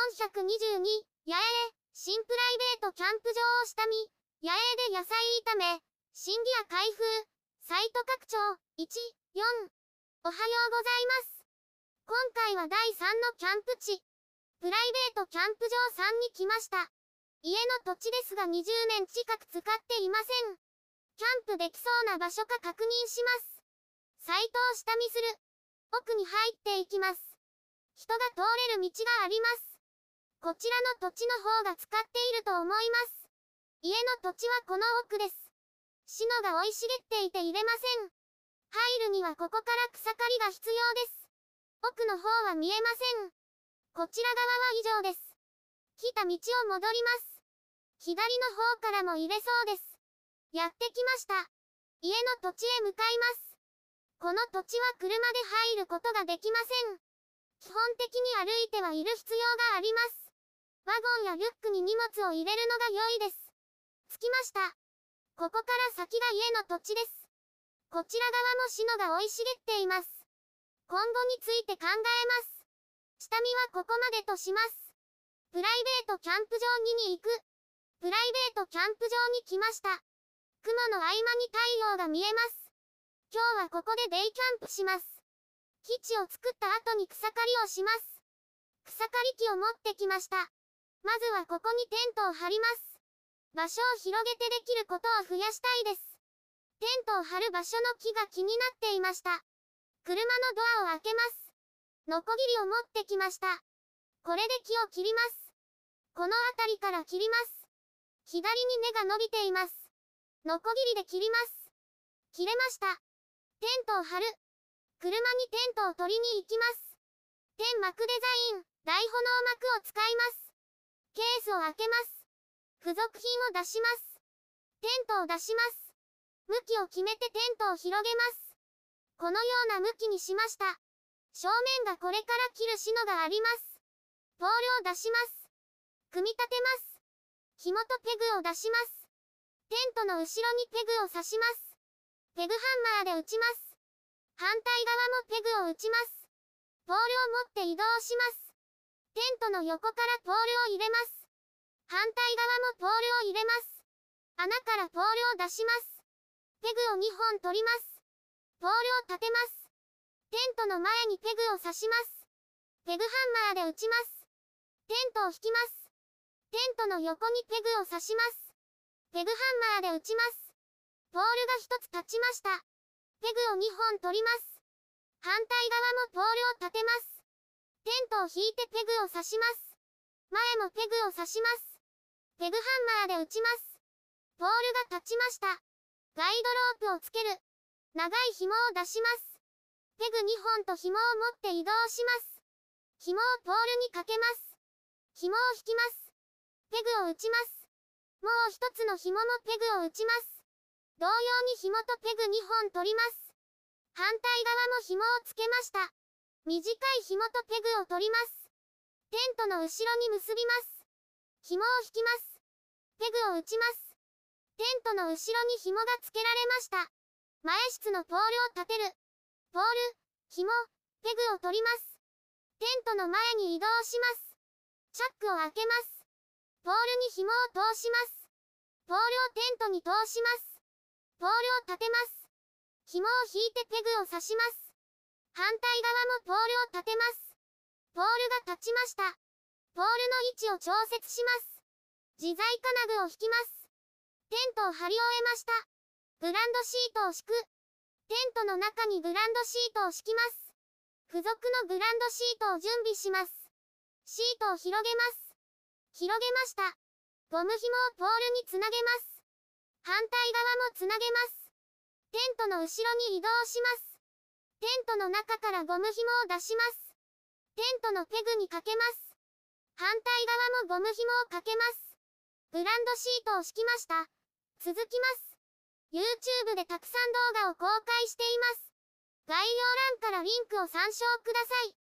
422、八重、新プライベートキャンプ場を下見、八重で野菜炒め、新ギア開封、サイト拡張、1、4。おはようございます。今回は第3のキャンプ地、プライベートキャンプ場3に来ました。家の土地ですが20年近く使っていません。キャンプできそうな場所か確認します。サイトを下見する。奥に入っていきます。人が通れる道があります。こちらの土地の方が使っていると思います。家の土地はこの奥です。シノが生い茂っていて入れません。入るにはここから草刈りが必要です。奥の方は見えません。こちら側は以上です。来た道を戻ります。左の方からも入れそうです。やってきました。家の土地へ向かいます。この土地は車で入ることができません。基本的に歩いてはいる必要があります。ワゴンやリュックに荷物を入れるのが良いです。着きました。ここから先が家の土地です。こちら側もシノが生い茂っています。今後について考えます。下見はここまでとします。プライベートキャンプ場2に行く。プライベートキャンプ場に来ました。雲の合間に太陽が見えます。今日はここでデイキャンプします。基地を作った後に草刈りをします。草刈り機を持ってきました。まずはここにテントを張ります。場所を広げてできることを増やしたいです。テントを張る場所の木が気になっていました。車のドアを開けます。ノコギリを持ってきました。これで木を切ります。この辺りから切ります。左に根が伸びています。ノコギリで切ります。切れました。テントを張る。車にテントを取りに行きます。天幕デザイン、大炎幕を使います。ケースを開けます。付属品を出します。テントを出します。向きを決めてテントを広げます。このような向きにしました。正面がこれから切るシノがあります。ポールを出します。組み立てます。紐とペグを出します。テントの後ろにペグを刺します。ペグハンマーで打ちます。反対側もペグを打ちます。ポールを持って移動します。テントの横からポールを入れます。反対側もポールを入れます。穴からポールを出します。ペグを2本取ります。ポールを立てます。テントの前にペグを刺します。ペグハンマーで打ちます。テントを引きます。テントの横にペグを刺します。ペグハンマーで打ちます。ポールが1つ立ちました。ペグを2本取ります。反対側もポールを立てます。テントを引いてペグを刺します。前もペグを刺します。ペグハンマーで打ちます。ポールが立ちました。ガイドロープをつける。長い紐を出します。ペグ2本と紐を持って移動します。紐をポールにかけます。紐を引きます。ペグを打ちます。もう一つの紐もペグを打ちます。同様に紐とペグ2本取ります。反対側も紐をつけました。短い紐とペグを取ります。テントの後ろに結びます。紐を引きます。ペグを打ちます。テントの後ろに紐がつけられました。前室のポールを立てる。ポール、紐、ペグを取ります。テントの前に移動します。チャックを開けます。ポールに紐を通します。ポールをテントに通します。ポールを立てます。紐を引いてペグを刺します。反対側もポールを立てます。ポールが立ちました。ポールの位置を調節します。自在金具を引きます。テントを張り終えました。グランドシートを敷く。テントの中にグランドシートを敷きます。付属のグランドシートを準備します。シートを広げます。広げました。ゴム紐をポールにつなげます。反対側もつなげます。テントの後ろに移動します。テントの中からゴム紐を出します。テントのペグにかけます。反対側もゴム紐をかけます。グランドシートを敷きました。続きます。YouTube でたくさん動画を公開しています。概要欄からリンクを参照ください。